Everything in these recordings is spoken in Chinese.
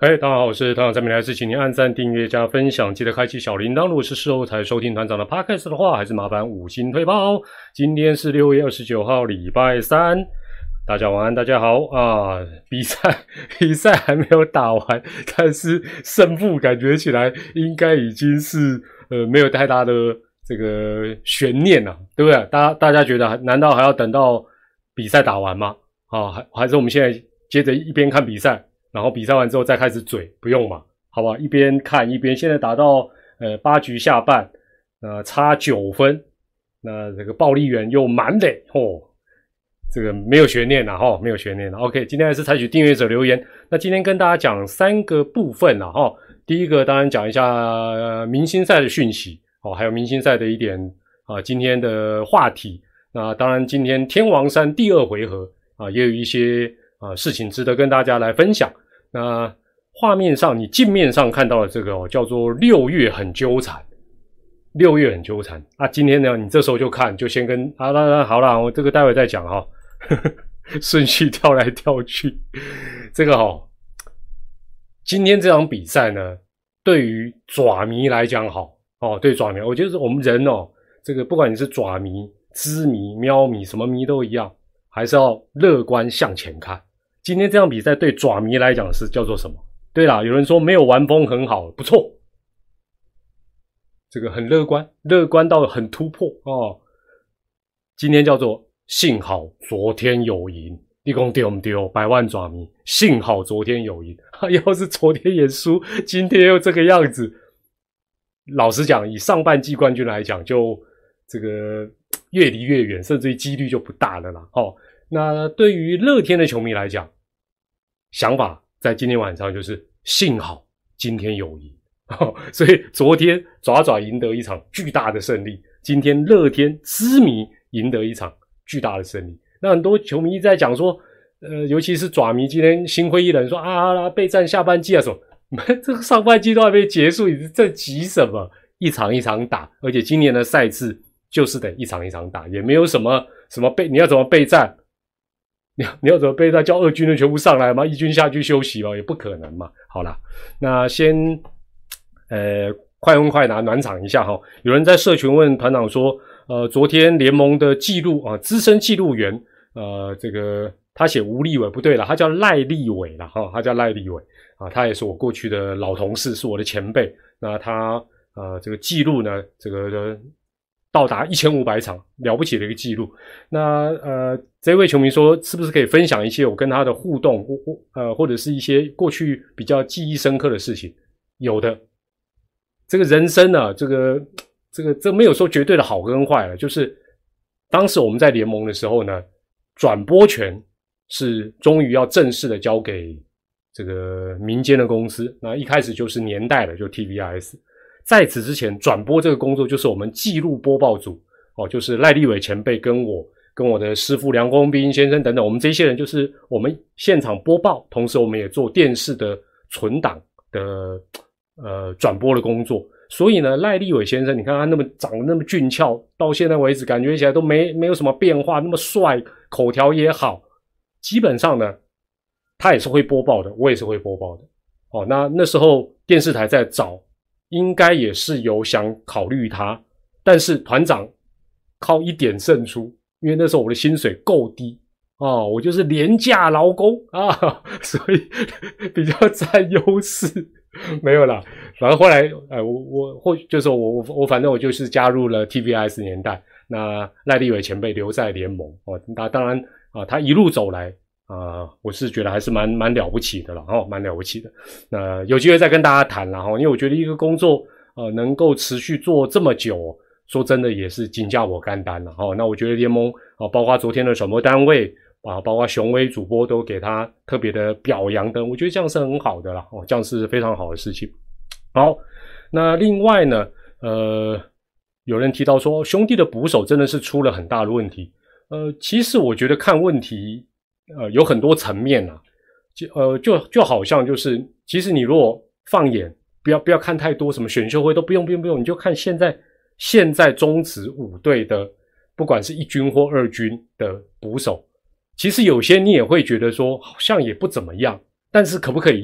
大家好，我是团长张明，来自请您按赞、订阅、加分享，记得开启小铃铛。如果是事后才收听团长的 Podcast 的话，还是麻烦5星推爆。今天是6月29号，礼拜三，大家晚安，大家好啊！比赛还没有打完，但是胜负感觉起来应该已经是没有太大的这个悬念了，对不对？大家觉得难道还要等到比赛打完吗？还是我们现在接着一边看比赛？然后比赛完之后再开始嘴，不用嘛，好吧？一边看一边，现在打到8局下半，差9分，那这个暴力员又满垒这个没有悬念啦没有悬念啦。OK， 今天还是采取订阅者留言。那今天跟大家讲3个部分啦第一个当然讲一下明星赛的讯息还有明星赛的一点今天的话题。那当然今天天王山第2回合也有一些事情值得跟大家来分享。那画面上你镜面上看到的这个叫做6月很纠缠，6月很纠缠今天呢你这时候就看，就先跟好啦我这个待会再讲顺序跳来跳去。这个今天这场比赛呢对于爪迷来讲对爪迷，我觉得我们人这个不管你是爪迷、知迷、喵迷，什么迷都一样，还是要乐观向前看。今天这场比赛对爪迷来讲是叫做什么？对啦，有人说没有完封很好，不错，这个很乐观到很突破今天叫做幸好昨天有赢，你说对不对？100万爪迷，幸好昨天有赢要是昨天也输，今天又这个样子，老实讲，以上半季冠军来讲，就这个越离越远，甚至于几率就不大了啦那对于乐天的球迷来讲，想法在今天晚上就是幸好今天有赢所以昨天爪赢得一场巨大的胜利，今天乐天知迷赢得一场巨大的胜利。那很多球迷一直在讲说尤其是爪迷今天心灰意冷说备战下半季什么这个上半季都还没结束，你在急什么？一场一场打，而且今年的赛制就是得一场一场打，也没有什么你要怎么备战？你要怎么备战？叫2军的全部上来吗？1军下去休息吗？也不可能嘛。好啦，那先快问快答暖场一下有人在社群问团长说昨天联盟的记录资深记录员这个他写吴立伟不对啦，他叫赖立伟啦他叫赖立伟他也是我过去的老同事，是我的前辈。那他这个记录呢这个到达1500场，了不起的一个记录。那这位球迷说是不是可以分享一些我跟他的互动或者是一些过去比较记忆深刻的事情？有的。这个人生呢这没有说绝对的好跟坏了，就是当时我们在联盟的时候呢，转播权是终于要正式的交给这个民间的公司。那一开始就是年代了，就 TVIS。在此之前，转播这个工作就是我们记录播报组就是赖立伟前辈跟我的师父梁公斌先生等等，我们这些人就是我们现场播报，同时我们也做电视的存档的转播的工作。所以呢，赖立伟先生，你看他长得那么俊俏，到现在为止感觉起来都没有什么变化，那么帅，口条也好，基本上呢，他也是会播报的，我也是会播报的那时候电视台在找，应该也是有想考虑他，但是团长靠一点胜出，因为那时候我的薪水够低我就是廉价劳工所以比较占优势。没有啦，反正后来我反正我就是加入了 TVIS 年代，那赖立伟前辈留在联盟那当然他一路走来我是觉得还是蛮了不起的啦蛮了不起的。那有机会再跟大家谈啦因为我觉得一个工作能够持续做这么久，说真的也是金价我干单啦那我觉得联盟包括昨天的转播单位包括雄威主播都给他特别的表扬的，我觉得这样是很好的啦这样是非常好的事情。好，那另外呢有人提到说兄弟的捕手真的是出了很大的问题其实我觉得看问题有很多层面就好像就是其实你如果放眼不要看太多什么选秀会都不用你就看现在中职5队的不管是1军或2军的捕手，其实有些你也会觉得说好像也不怎么样，但是可不可以用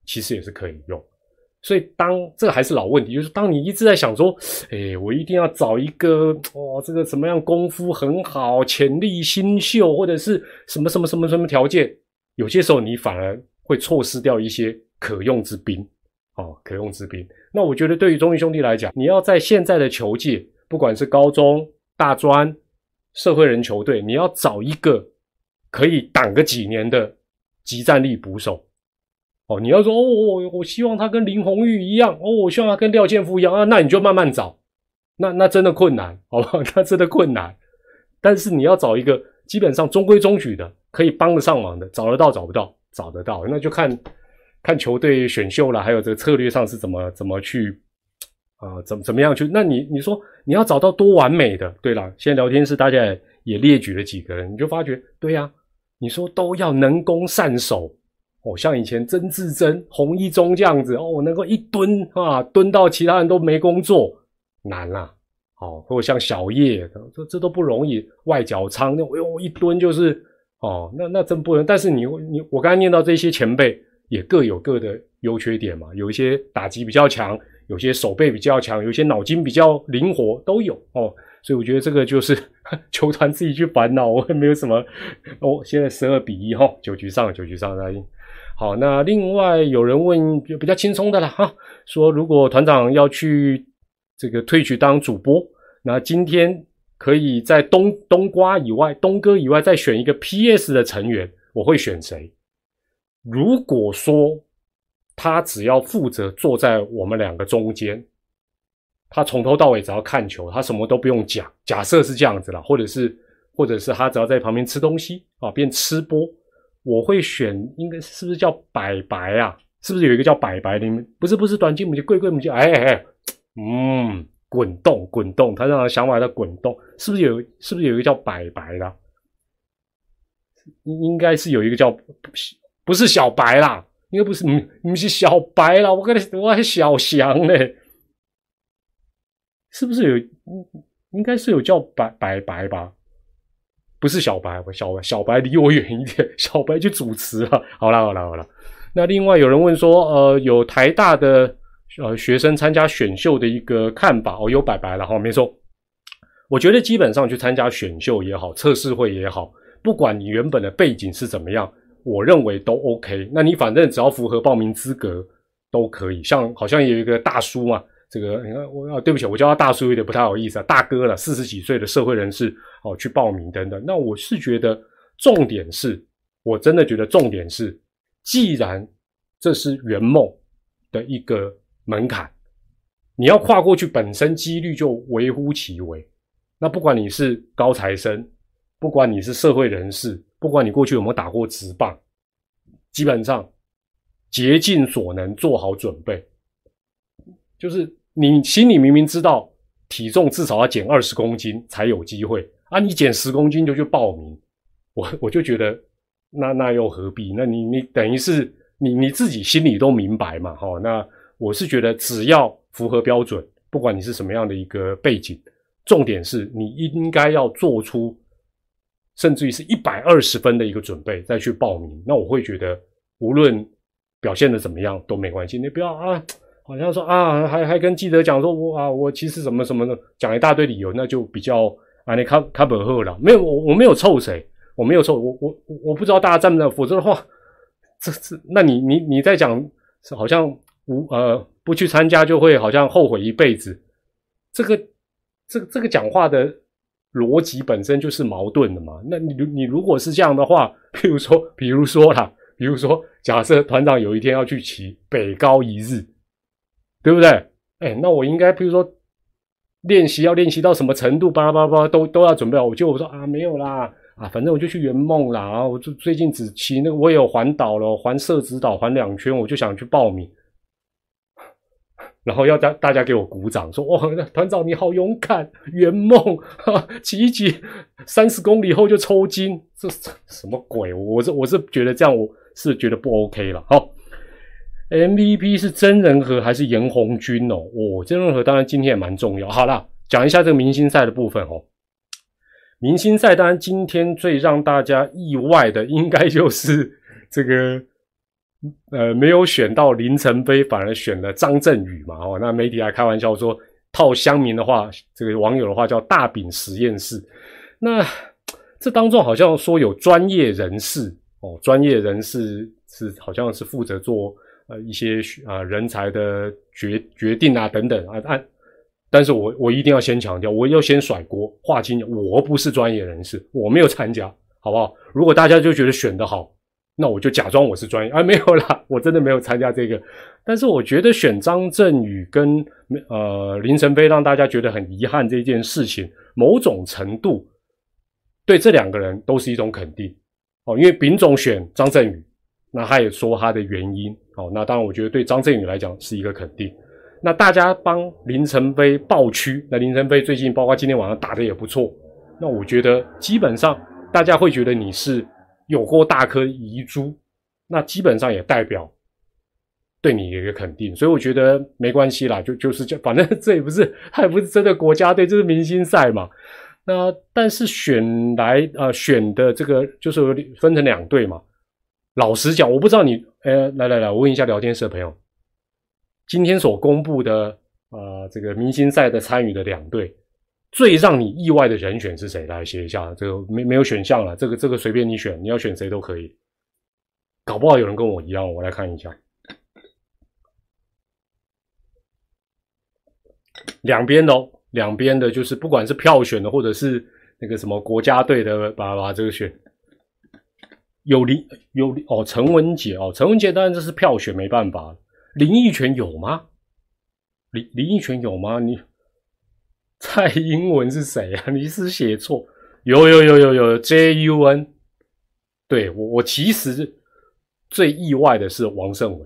其实也是可以用。所以这个还是老问题，就是当你一直在想说，我一定要找一个这个怎么样功夫很好、潜力新秀，或者是什么什么什么什么条件，有些时候你反而会错失掉一些可用之兵。可用之兵。那我觉得对于中信兄弟来讲，你要在现在的球界，不管是高中、大专、社会人球队，你要找一个可以挡个几年的即战力捕手。你要说我希望他跟林泓育一样，我希望他跟廖健富一样那你就慢慢找。那真的困难，好不好？那真的困难。但是你要找一个基本上中规中矩的，可以帮得上忙的，找得到找不到？找得到，那就看球队选秀啦，还有这个策略上是怎么去怎么样去？那你说你要找到多完美的？对啦，现在聊天室大家也列举了几个人，你就发觉对呀，你说都要能攻善守像以前曾智珍、洪一中这样子能够一蹲到其他人都没工作，难啦。或者像小叶，这都不容易。外角仓一蹲就是那真不能。但是我刚才念到这些前辈也各有各的优缺点嘛，有一些打击比较强，有些手背比较强，有些脑筋比较灵活，都有所以我觉得这个就是球团自己去烦恼，我也没有什么现在12-19局上好，那另外有人问比较轻松的啦说如果团长要去这个退去当主播，那今天可以在东哥以外再选一个 PS 的成员，我会选谁？如果说他只要负责坐在我们两个中间，他从头到尾只要看球，他什么都不用讲，假设是这样子啦，或者是他只要在旁边吃东西边吃播，我会选应该是不是叫白白啊？是不是有一个叫白白的？不是短金母鸡贵母鸡滚动，他让他想法在滚动，是不是有一个叫白白的？应该是有一个叫不是小白啦，应该不是小白啦，我还小翔嘞，是不是有？应该是有叫白吧？不是小白，小白离我远一点，小白去主持了。好啦。那另外有人问说，有台大的学生参加选秀的一个看法有白白了没错。我觉得基本上去参加选秀也好，测试会也好，不管你原本的背景是怎么样，我认为都 OK。那你反正只要符合报名资格都可以。好像有一个大叔嘛，这个你看对不起，我叫他大叔有点不太好意思大哥了，40几岁的社会人士去报名等等。那我是觉得我真的觉得重点是，既然这是圆梦的一个门槛，你要跨过去本身几率就微乎其微。那不管你是高材生，不管你是社会人士，不管你过去有没有打过职棒，基本上竭尽所能做好准备。就是你心里明明知道体重至少要减20公斤才有机会你减10公斤就去报名，我就觉得那又何必？那你等于是你自己心里都明白嘛那我是觉得只要符合标准，不管你是什么样的一个背景，重点是你应该要做出甚至于是120分的一个准备再去报名。那我会觉得无论表现的怎么样都没关系，你不要好像说还跟记者讲说我其实什么什么的，讲一大堆理由，那就比较你卡不好啦。没有，我没有臭谁，我没有臭我不知道大家站不站，否则的话那你在讲好像不去参加就会好像后悔一辈子，这个讲话的逻辑本身就是矛盾的嘛。那你如果是这样的话，比如说假设团长有一天要去骑北高一日，对不对？那我应该比如说要练习到什么程度，巴拉巴拉都要准备好。我说没有啦反正我就去圆梦啦我就最近只骑那个，我也有环岛了，环社子岛环2圈，我就想去报名。然后要大家给我鼓掌，说团长你好勇敢，圆梦骑一骑30公里后就抽筋，这什么鬼？我是觉得这样，我是觉得不 OK 了。好 ，MVP 是曾仁和还是严红军曾仁和当然今天也蛮重要。好啦，讲一下这个明星赛的部分明星赛当然今天最让大家意外的应该就是这个没有选到林承飞，反而选了张振宇嘛。那媒体还开玩笑说，套乡民的话，这个网友的话叫大饼实验室。那这当中好像说有专业人士专业人士是好像是负责做一些人才的决定啊等等但是我一定要先强调，我要先甩锅，划清我不是专业人士，我没有参加，好不好？如果大家就觉得选得好，那我就假装我是专业没有啦，我真的没有参加这个。但是我觉得选张振宇跟林承飞让大家觉得很遗憾这件事情，某种程度对这两个人都是一种肯定因为丙总选张振宇，那他也说他的原因那当然我觉得对张振宇来讲是一个肯定。那大家帮林承飞抱屈，那林承飞最近包括今天晚上打得也不错，那我觉得基本上大家会觉得你是有过大颗遗珠，那基本上也代表对你的一个肯定，所以我觉得没关系啦，就是这，反正这也不是，他也不是真的国家队，这是明星赛嘛。那但是选的这个就是分成两队嘛。老实讲，我不知道你来，我问一下聊天室的朋友，今天所公布的这个明星赛的参与的两队，最让你意外的人选是谁？来写一下，这个没有选项了，这个随便你选，你要选谁都可以。搞不好有人跟我一样，我来看一下。两边的就是不管是票选的，或者是那个什么国家队的，把这个选。有陈文杰陈文杰当然这是票选没办法。林益全有吗？林益全有吗？你蔡英文是谁啊？你是写错。有 JUN。对，我其实最意外的是王胜伟。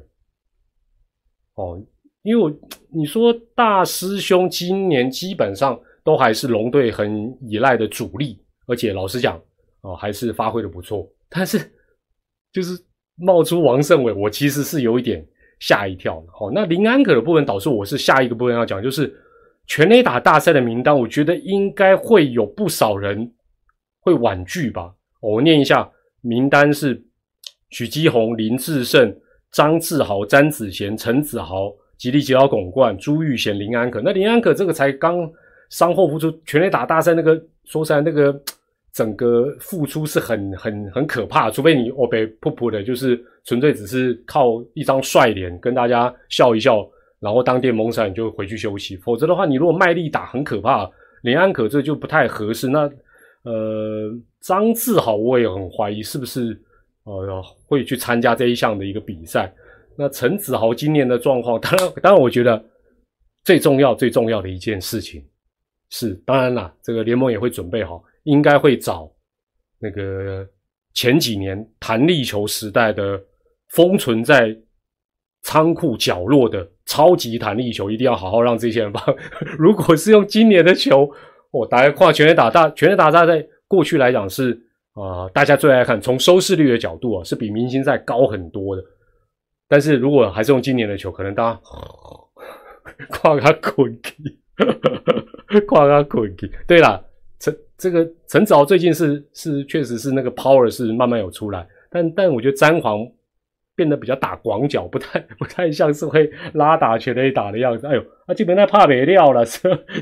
因为你说大师兄今年基本上都还是龙队很依赖的主力，而且老实讲还是发挥的不错，但是就是冒出王胜伟，我其实是有一点吓一跳的。那林安可的部分导致我是下一个部分要讲，就是全垒打大赛的名单，我觉得应该会有不少人会婉拒吧。我念一下名单是许基宏、林智胜、张志豪、詹子贤、陈子豪、吉利吉劳拱冠、朱玉贤、林安可。那林安可这个才刚伤后复出，全垒打大赛那个说实在那个整个付出是很可怕，除非你被噗噗的，就是纯粹只是靠一张帅脸跟大家笑一笑，然后当电风扇你就回去休息，否则的话你如果卖力打很可怕。林安可这就不太合适。那张志豪我也很怀疑是不是会去参加这一项的一个比赛。那陈子豪今年的状况，当然我觉得最重要的一件事情是，当然啦，这个联盟也会准备好，应该会找那个前几年弹力球时代的封存在仓库角落的超级弹力球，一定要好好让这些人放。如果是用今年的球，大家跨全垒打大赛过去来讲是大家最爱看，从收视率的角度是比明星赛高很多的。但是如果还是用今年的球，可能大家跨他滚去，跨他滚去。对啦，陈子豪最近是确实是那个 power 是慢慢有出来，但我觉得詹皇变得比较打广角，不太像是会拉打全垒打的样子。哎呦，他基本上怕没料了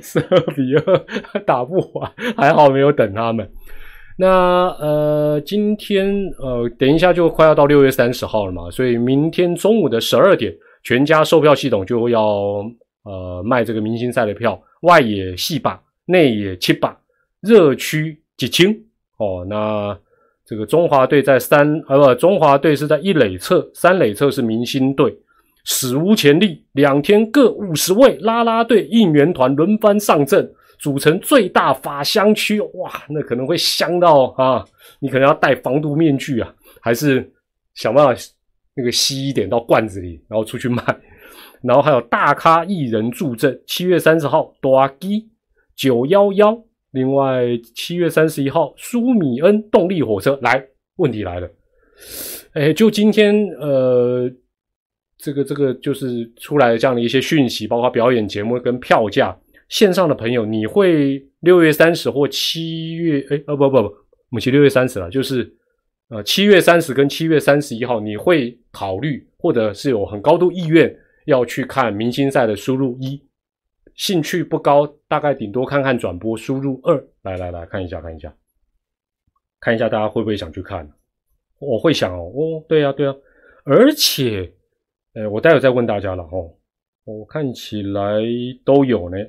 ，12-2打不完，还好没有等他们。那今天等一下就快要到6月30号了嘛，所以明天中午的12点，全家售票系统就要卖这个明星赛的票，外野4把，内野7把，热区1000那这个中华队在中华队是在1垒侧，3垒侧是明星队，史无前例，2天各50位啦啦队应援团轮番上阵，组成最大法香区。哇，那可能会香到你可能要戴防毒面具还是想办法那个吸一点到罐子里，然后出去卖。然后还有大咖艺人助阵，7月30号大基911，另外7月31号苏米恩动力火车。来，问题来了，就今天这个就是出来的这样的一些讯息，包括表演节目跟票价。线上的朋友，你会6月30或7月我们6月30了，就是 7月30跟7月31号，你会考虑或者是有很高度意愿要去看明星赛的，输入1，兴趣不高，大概顶多看看转播，输入2。来看一下大家会不会想去看？我会想对啊，而且我待会再问大家了我看起来都有呢，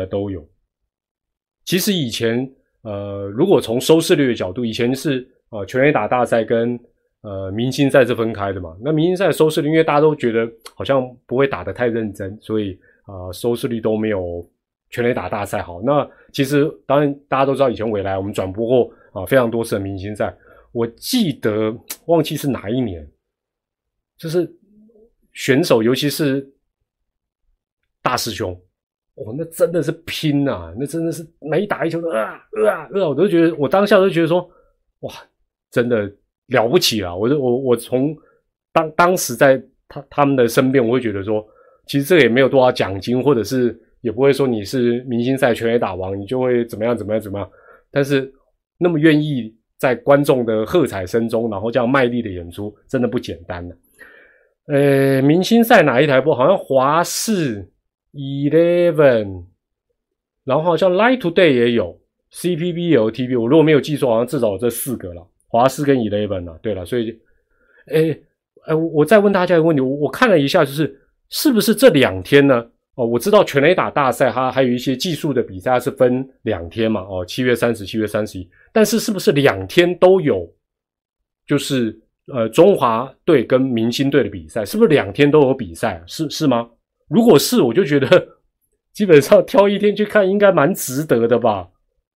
其实以前如果从收视率的角度，以前是全垒打大赛跟明星赛是分开的嘛。那明星赛的收视率，因为大家都觉得好像不会打得太认真，所以收视率都没有全垒打大赛好。那其实当然大家都知道，以前未来我们转播过非常多次的明星赛。我记得忘记是哪一年，就是选手尤其是大师兄那真的是拼啊，那真的是每打一球都我都觉得，我当下都觉得说哇，真的了不起啦。我从当时在他们的身边，我会觉得说，其实这个也没有多少奖金，或者是也不会说你是明星赛全垒打王，你就会怎么样，但是那么愿意在观众的喝彩声中，然后这样卖力的演出，真的不简单明星赛哪一台播？好像华视 11， 然后好像 Live Today 也有 ，CPB 也有 TV。我如果没有记错，好像至少有这4个了，华视跟 11啊。对了，所以我再问大家一个问题，我看了一下，是不是这2天呢？我知道全垒打大赛它还有一些技术的比赛，它是分2天嘛，7月30、7月31，但是不是2天都有？就是中华队跟明星队的比赛，是不是2天都有比赛？是吗？如果是，我就觉得基本上挑一天去看应该蛮值得的吧？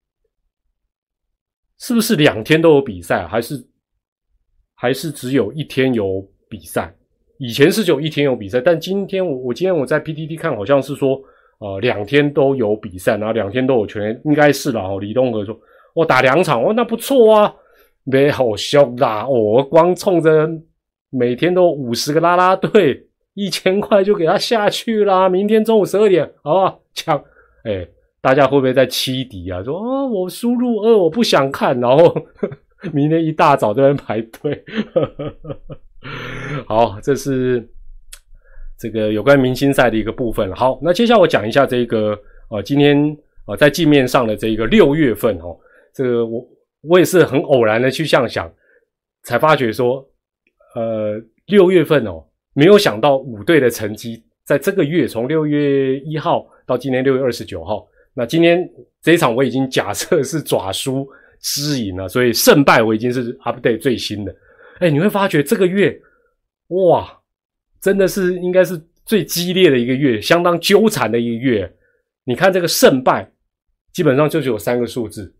是不是2天都有比赛，还是只有1天有比赛？以前是只有1天有比赛，但今天我在 PTT 看，好像是说2天都有比赛，然后2天都有全垒，应该是啦。李东和说打2场那不错啊，没好凶啦我光冲着每天都50个啦啦队，1000块就给他下去啦，明天中午12点好不好？抢大家会不会在欺敌啊？说我输入2我不想看，然后明天一大早在那边排队好，这是这个有关明星赛的一个部分。好，那接下来我讲一下这个今天在镜面上的这个6月份这个我也是很偶然的去这样想，才发觉说6月份没有想到5队的成绩在这个月从6月1号到今天6月29号，那今天这一场我已经假设是爪输支赢了，所以胜败我已经是 update 最新的。你会发觉这个月哇，真的是应该是最激烈的一个月，相当纠缠的一个月。你看这个胜败基本上就只有3个数字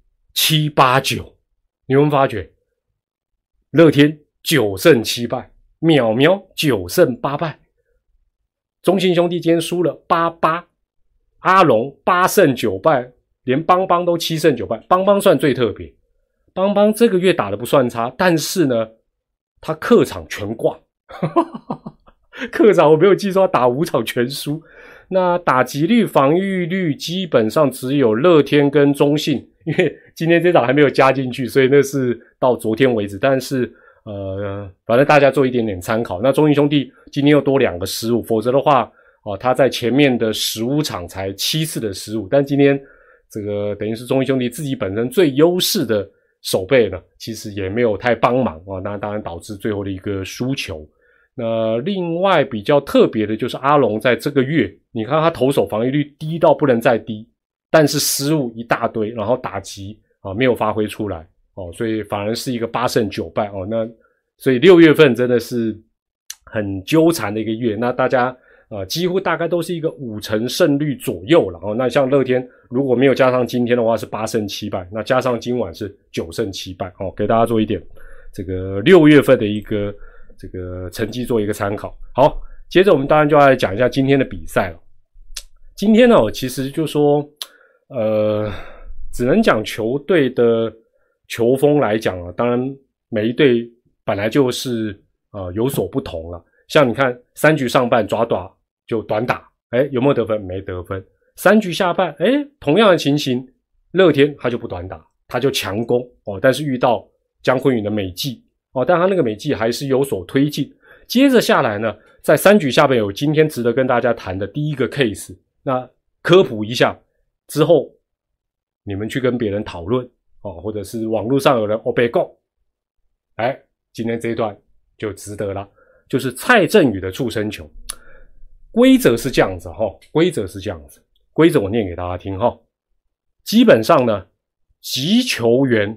7、8、9，你会发觉乐天9胜7败，淼淼9胜8败，中信兄弟今天输了8-8，阿龙8胜9败，连邦邦都7胜9败，邦邦算最特别，邦邦这个月打得不算差，但是呢他客场全挂客场我没有记错，他打5场全输。那打击率防御率基本上只有乐天跟中信，因为今天这场还没有加进去，所以那是到昨天为止，但是反正大家做一点点参考。那中信兄弟今天又多2个失误，否则的话他在前面的15场才7次的失误，但今天这个等于是中信兄弟自己本身最优势的守备呢，其实也没有太帮忙那当然导致最后的一个输球。那另外比较特别的就是阿龙在这个月，你看他投手防御率低到不能再低，但是失误一大堆，然后打击没有发挥出来所以反而是一个8胜9败那所以6月份真的是很纠缠的一个月。那大家几乎大概都是一个5成胜率左右了那像乐天如果没有加上今天的话是8胜7败，那加上今晚是9胜7败给大家做一点这个6月份的一个这个成绩做一个参考。好，接着我们当然就要来讲一下今天的比赛了。今天呢其实就说只能讲球队的球风来讲当然每一队本来就是有所不同了。像你看3局上半爪就短打有没有得分？没得分。3局下半同样的情形，乐天他就不短打，他就强攻但是遇到江坤宇的美技但他那个美技还是有所推进。接着下来呢，在3局下半有今天值得跟大家谈的第一个 case， 那科普一下之后，你们去跟别人讨论或者是网络上有人被告，今天这一段就值得了，就是蔡振宇的触身球。规则是这样子规则是这样子，规则我念给大家听基本上呢，击球员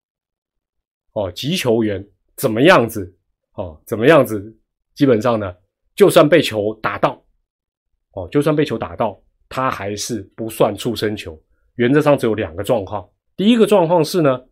怎么样子基本上呢，就算被球打到他还是不算触身球。原则上只有2个状况。第一个状况是呢，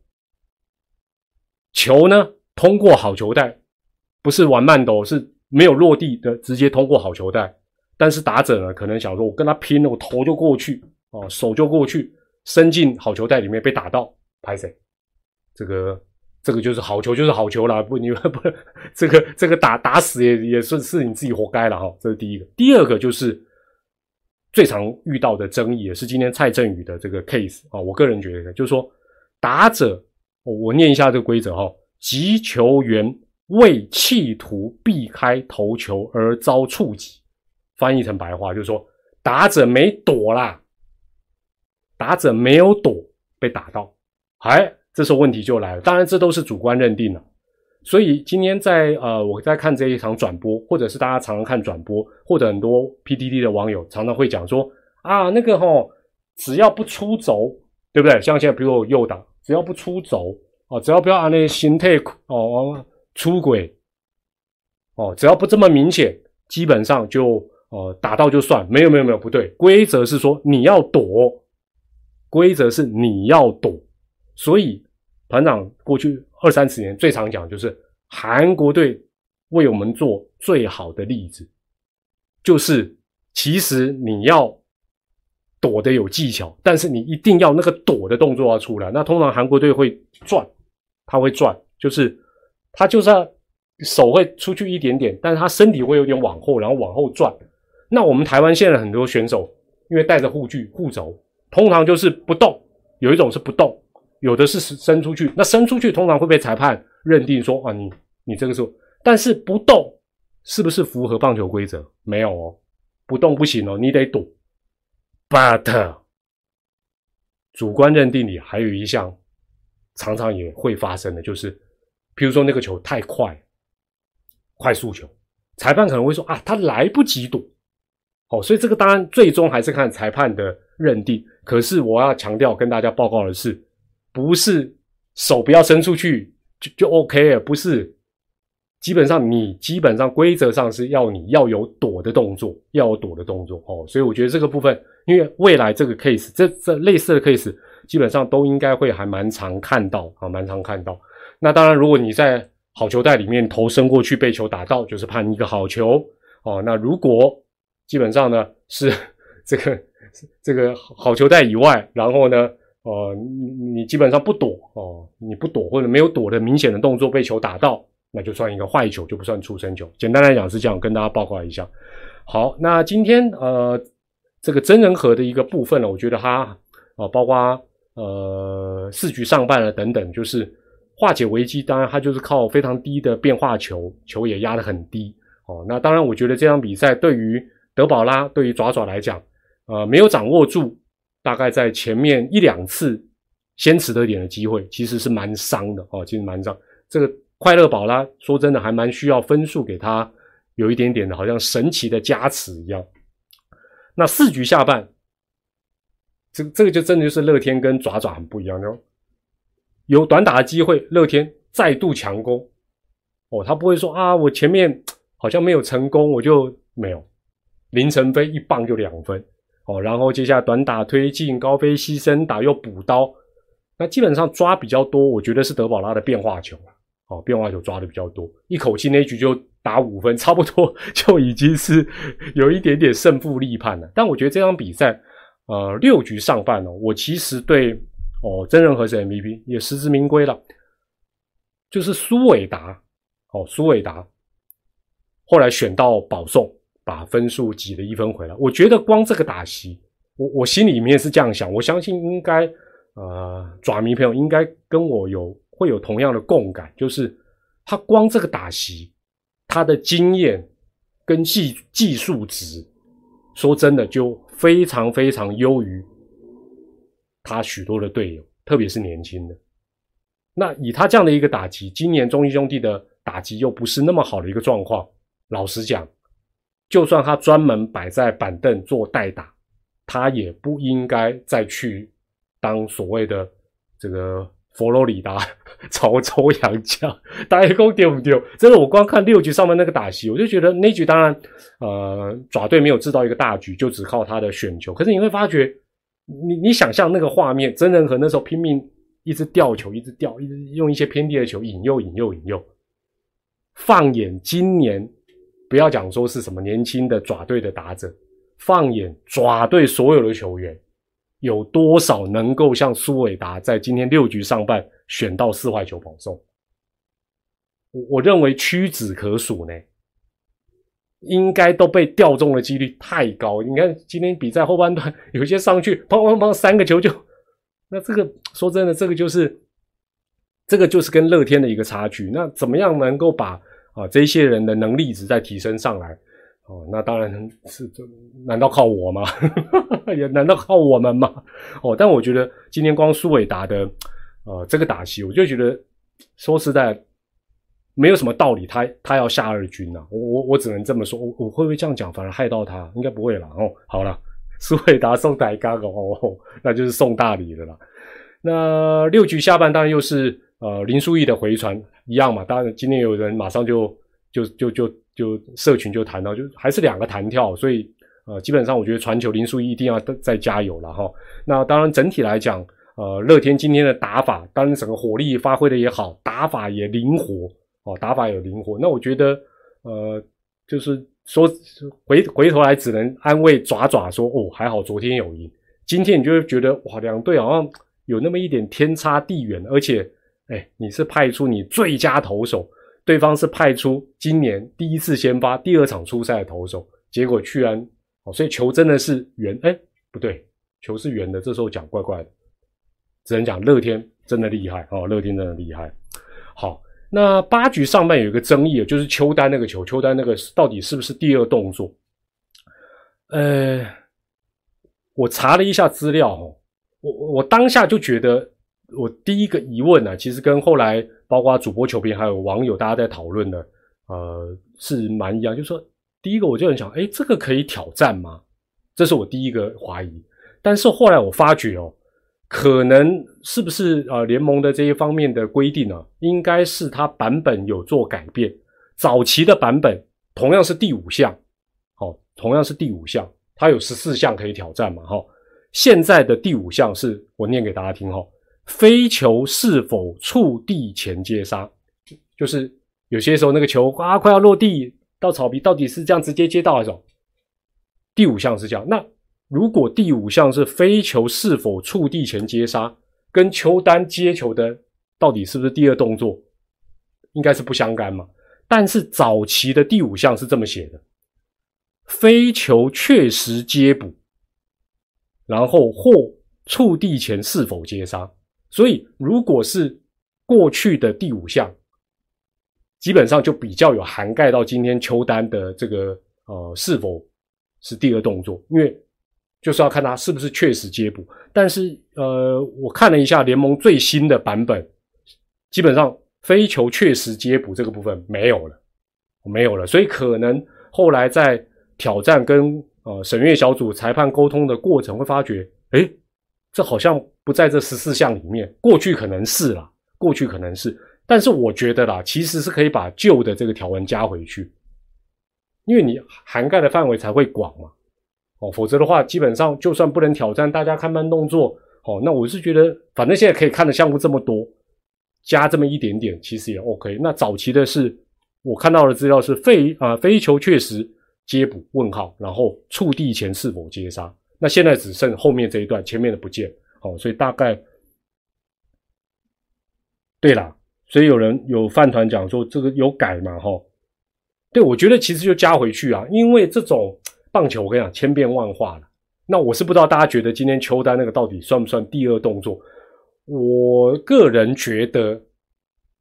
球呢通过好球带，不是玩慢斗，是没有落地的，直接通过好球带。但是打者呢，可能想说我跟他拼了，我头就过去手就过去，伸进好球带里面被打到，拍谁？这个就是好球就是好球啦，不你不这个打死也是你自己活该了这是第一个。第二个就是最常遇到的争议，也是今天蔡振宇的这个 case 我个人觉得就是说，打者我念一下这个规则击球员为企图避开投球而遭触击。翻译成白话就是说，打者没躲啦，打者没有躲被打到，这时候问题就来了。当然这都是主观认定了，所以今天我在看这一场转播，或者是大家常常看转播，或者很多 PTT 的网友常常会讲说那个只要不出轴，对不对？像现在比如我右打，只要不出轴只要不要按那心态出轨只要不这么明显，基本上就打到就算。没有不对，规则是说你要躲，规则是你要躲。所以团长过去20-30年最常讲就是韩国队为我们做最好的例子，就是其实你要躲得有技巧，但是你一定要那个躲的动作要出来。那通常韩国队会转，他会转，就是他就是手会出去一点点，但是他身体会有点往后，然后往后转。那我们台湾现在很多选手因为带着护具护肘，通常就是不动，有一种是不动，有的是伸出去。那伸出去通常会被裁判认定说你这个时候，但是不动是不是符合棒球规则？没有不动不行你得躲。But 主观认定里还有一项常常也会发生的，就是譬如说那个球太快速球，裁判可能会说他来不及躲所以这个当然最终还是看裁判的认定。可是我要强调跟大家报告的是，不是手不要伸出去就 OK 了，不是。基本上规则上是要你要有躲的动作，所以我觉得这个部分，因为未来这个 case 这类似的 case 基本上都应该会还蛮常看到。那当然如果你在好球带里面头伸过去被球打到，就是判一个好球那如果基本上呢是这个好球带以外，然后呢你基本上不躲你不躲或者没有躲的明显的动作被球打到，那就算一个坏球，就不算触身球。简单来讲是这样，跟大家报告一下。好，那今天这个真人和的一个部分呢，我觉得它包括4局上半了等等，就是化解危机。当然它就是靠非常低的变化球也压得很低那当然我觉得这场比赛对于德保拉对于爪爪来讲没有掌握住大概在前面1-2次先持得点的机会，其实是蛮伤的其实蛮伤。这个快乐宝拉说真的还蛮需要分数给他有一点点的好像神奇的加持一样。那4局下半这个就真的就是乐天跟爪爪很不一样有短打的机会，乐天再度强攻他不会说我前面好像没有成功我就没有，林承飞一棒就2分然后接下来短打推进，高飞牺牲打又补刀。那基本上抓比较多，我觉得是德保拉的变化球变化球抓的比较多，一口气那一局就打5分，差不多就已经是有一点点胜负立判了。但我觉得这场比赛6局上半我其实对真人和是 MVP 也实至名归了，就是苏伟达后来选到保送，把分数挤了1分回来。我觉得光这个打席我心里面是这样想，我相信应该爪迷朋友应该跟我会有同样的共感，就是他光这个打席，他的经验跟技术值，说真的就非常非常优于他许多的队友，特别是年轻的。那以他这样的一个打击，今年中信兄弟的打击又不是那么好的一个状况，老实讲，就算他专门摆在板凳做代打，他也不应该再去当所谓的这个佛罗里达潮州洋将。大家说对不对？真的，我光看6局上面那个打席，我就觉得那局当然爪队没有制造一个大局，就只靠他的选球。可是你会发觉，你想象那个画面，曾仁和那时候拼命一直吊球，一直用一些偏低的球引诱。放眼今年，不要讲说是什么年轻的爪队的打者，放眼爪队所有的球员，有多少能够像苏伟达在今天6局上半选到4坏球保送？我认为屈指可数呢，应该都被吊中的几率太高。你看今天比赛后半段有些上去砰3个球就，那这个说真的，这个就是跟乐天的一个差距。那怎么样能够把这些人的能力值再提升上来？那当然是，难道靠我吗？也难道靠我们吗？但我觉得今天光苏伟达的这个打席，我就觉得说实在没有什么道理，他要下2军啊。我只能这么说，我会不会这样讲反而害到他？应该不会啦。好啦，苏伟达送台钢那就是送大礼了啦。那6局下半当然又是林书义的回传一样嘛，当然今天有人马上就社群就谈到，就还是2个弹跳，所以基本上我觉得传球林书义一定要再加油了齁。那当然整体来讲，乐天今天的打法，当然整个火力发挥的也好，打法也灵活那我觉得就是说回头来只能安慰爪说还好昨天有赢，今天你就会觉得哇两队好像有那么一点天差地远，而且你是派出你最佳投手，对方是派出今年第一次先发第2场出赛的投手，结果居然所以球真的是圆，不对，球是圆的，这时候讲怪怪的，只能讲乐天真的厉害乐天真的厉害。好，那8局上半有一个争议，就是邱丹那个球，邱丹那个到底是不是第2动作？我查了一下资料我当下就觉得，我第一个疑问其实跟后来包括主播球评还有网友大家在讨论的是蛮一样，就是说第一个我就很想这个可以挑战吗？这是我第一个怀疑。但是后来我发觉可能是不是联盟的这一方面的规定应该是它版本有做改变。早期的版本同样是第5项同样是第5项，它有14项可以挑战嘛现在的第5项是我念给大家听飞球是否触地前接杀，就是有些时候那个球快要落地到草皮，到底是这样直接接到还是第5项是这样。那如果第5项是飞球是否触地前接杀，跟邱丹接球的到底是不是第2动作，应该是不相干嘛。但是早期的第5项是这么写的，飞球确实接捕，然后或触地前是否接杀。所以如果是过去的第5项，基本上就比较有涵盖到今天邱丹的这个是否是第2动作，因为就是要看他是不是确实接捕。但是我看了一下联盟最新的版本，基本上飞球确实接捕这个部分没有了，所以可能后来在挑战跟审阅小组裁判沟通的过程会发觉这好像不在这14项里面，过去可能是，但是我觉得啦，其实是可以把旧的这个条文加回去，因为你涵盖的范围才会广嘛否则的话基本上就算不能挑战大家看慢动作那我是觉得反正现在可以看的项目这么多，加这么一点点其实也 OK。 那早期的是我看到的资料是飞球确实接捕问号，然后触地前是否接杀，那现在只剩后面这一段，前面的不见所以大概对啦，所以有饭团讲说这个有改嘛对，我觉得其实就加回去因为这种棒球我跟你讲千变万化了。那我是不知道大家觉得今天邱丹那个到底算不算第2动作，我个人觉得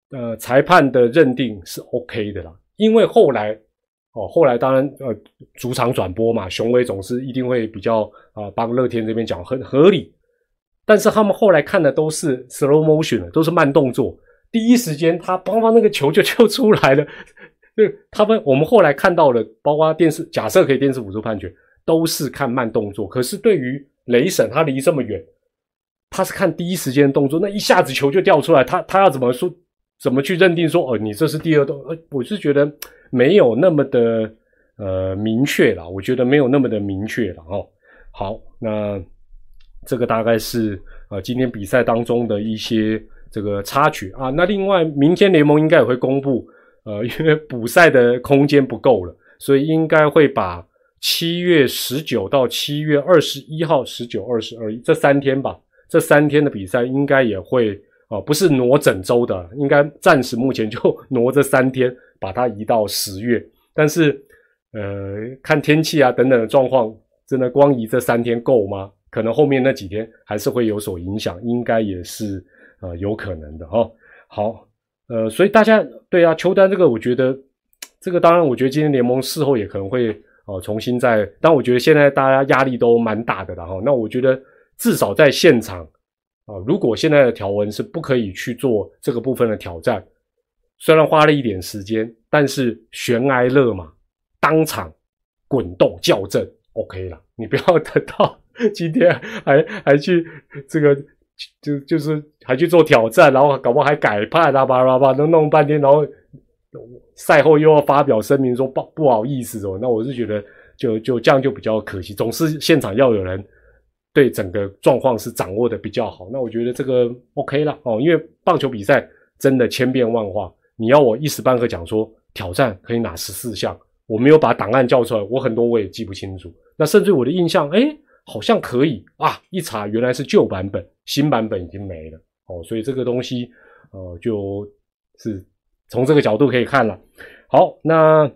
裁判的认定是 OK 的啦，因为后来当然主场转播嘛，雄伟总是一定会比较帮乐天这边讲很合理，但是他们后来看的都是 slow motion 都是慢动作，第一时间他邦那个球就出来了。我们后来看到的，包括假设可以电视辅助判决，都是看慢动作。可是对于雷神，他离这么远，他是看第一时间的动作，那一下子球就掉出来，他要怎么去认定说，你这是第二动？我是觉得没有那么的明确啦，我觉得没有那么的明确啦哦。好，那这个大概是今天比赛当中的一些这个插曲啊。那另外，明天联盟应该也会公布。因为补赛的空间不够了，所以应该会把7月19到7月21号、19、20、21这3天吧，这3天的比赛应该也会不是挪整周的，应该暂时目前就挪这3天，把它移到10月。但是看天气啊等等的状况，真的光移这3天够吗？可能后面那几天还是会有所影响，应该也是有可能的哦。好。所以大家对啊，球单这个我觉得，这个当然我觉得今天联盟事后也可能会重新但我觉得现在大家压力都蛮大的啦齁。那我觉得至少在现场如果现在的条文是不可以去做这个部分的挑战，虽然花了一点时间，但是悬崖勒马，当场滚动校正 OK 啦，你不要等到今天还去这个。就是还去做挑战，然后搞不好还改判啊，巴拉巴拉都弄半天，然后赛后又要发表声明说不好意思那我是觉得就这样就比较可惜，总是现场要有人对整个状况是掌握的比较好，那我觉得这个 OK 啦因为棒球比赛真的千变万化，你要我一时半刻讲说挑战可以拿14项，我没有把档案叫出来，我很多我也记不清楚，那甚至我的印象好像可以一查原来是旧版本，新版本已经没了所以这个东西就是从这个角度可以看了。好，那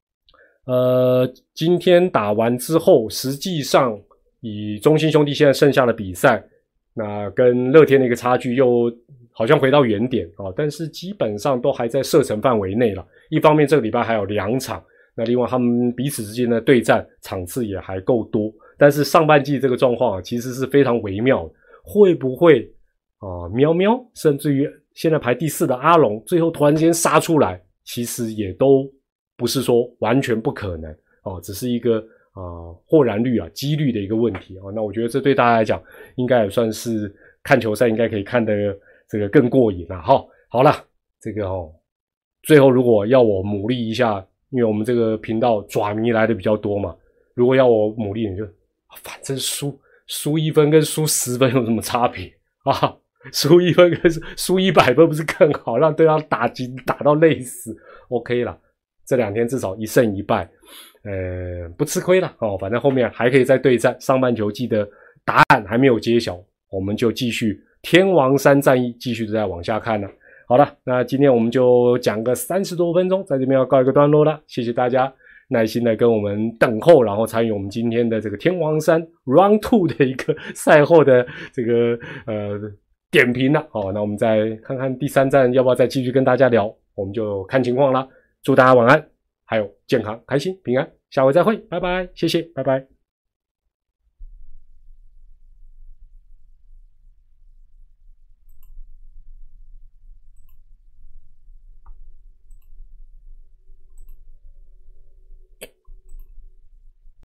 今天打完之后，实际上以中信兄弟现在剩下的比赛，那跟乐天的一个差距又好像回到原点但是基本上都还在射程范围内了。一方面这个礼拜还有2场，那另外他们彼此之间的对战场次也还够多。但是上半季这个状况其实是非常微妙的，会不会喵喵甚至于现在排第4的阿龙最后突然间杀出来，其实也都不是说完全不可能只是一个或然率几率的一个问题那我觉得这对大家来讲应该也算是看球赛应该可以看得这个更过瘾啦好啦，这个最后如果要我鼓励一下，因为我们这个频道爪迷来的比较多嘛，如果要我鼓励你就反正输1分跟输10分有什么差别输1分跟输100分不是更好，让对方打击打到累死 OK 啦，这2天至少1胜1败不吃亏啦反正后面还可以再对战，上半球季的答案还没有揭晓，我们就继续天王山战役继续再往下看了。好了，那今天我们就讲个30多分钟，在这边要告一个段落了，谢谢大家耐心的跟我们等候，然后参与我们今天的这个天王山 Round 2的一个赛后的这个点评了那我们再看看第3站要不要再继续跟大家聊，我们就看情况啦。祝大家晚安，还有健康、开心、平安，下回再会，拜拜，谢谢，拜拜。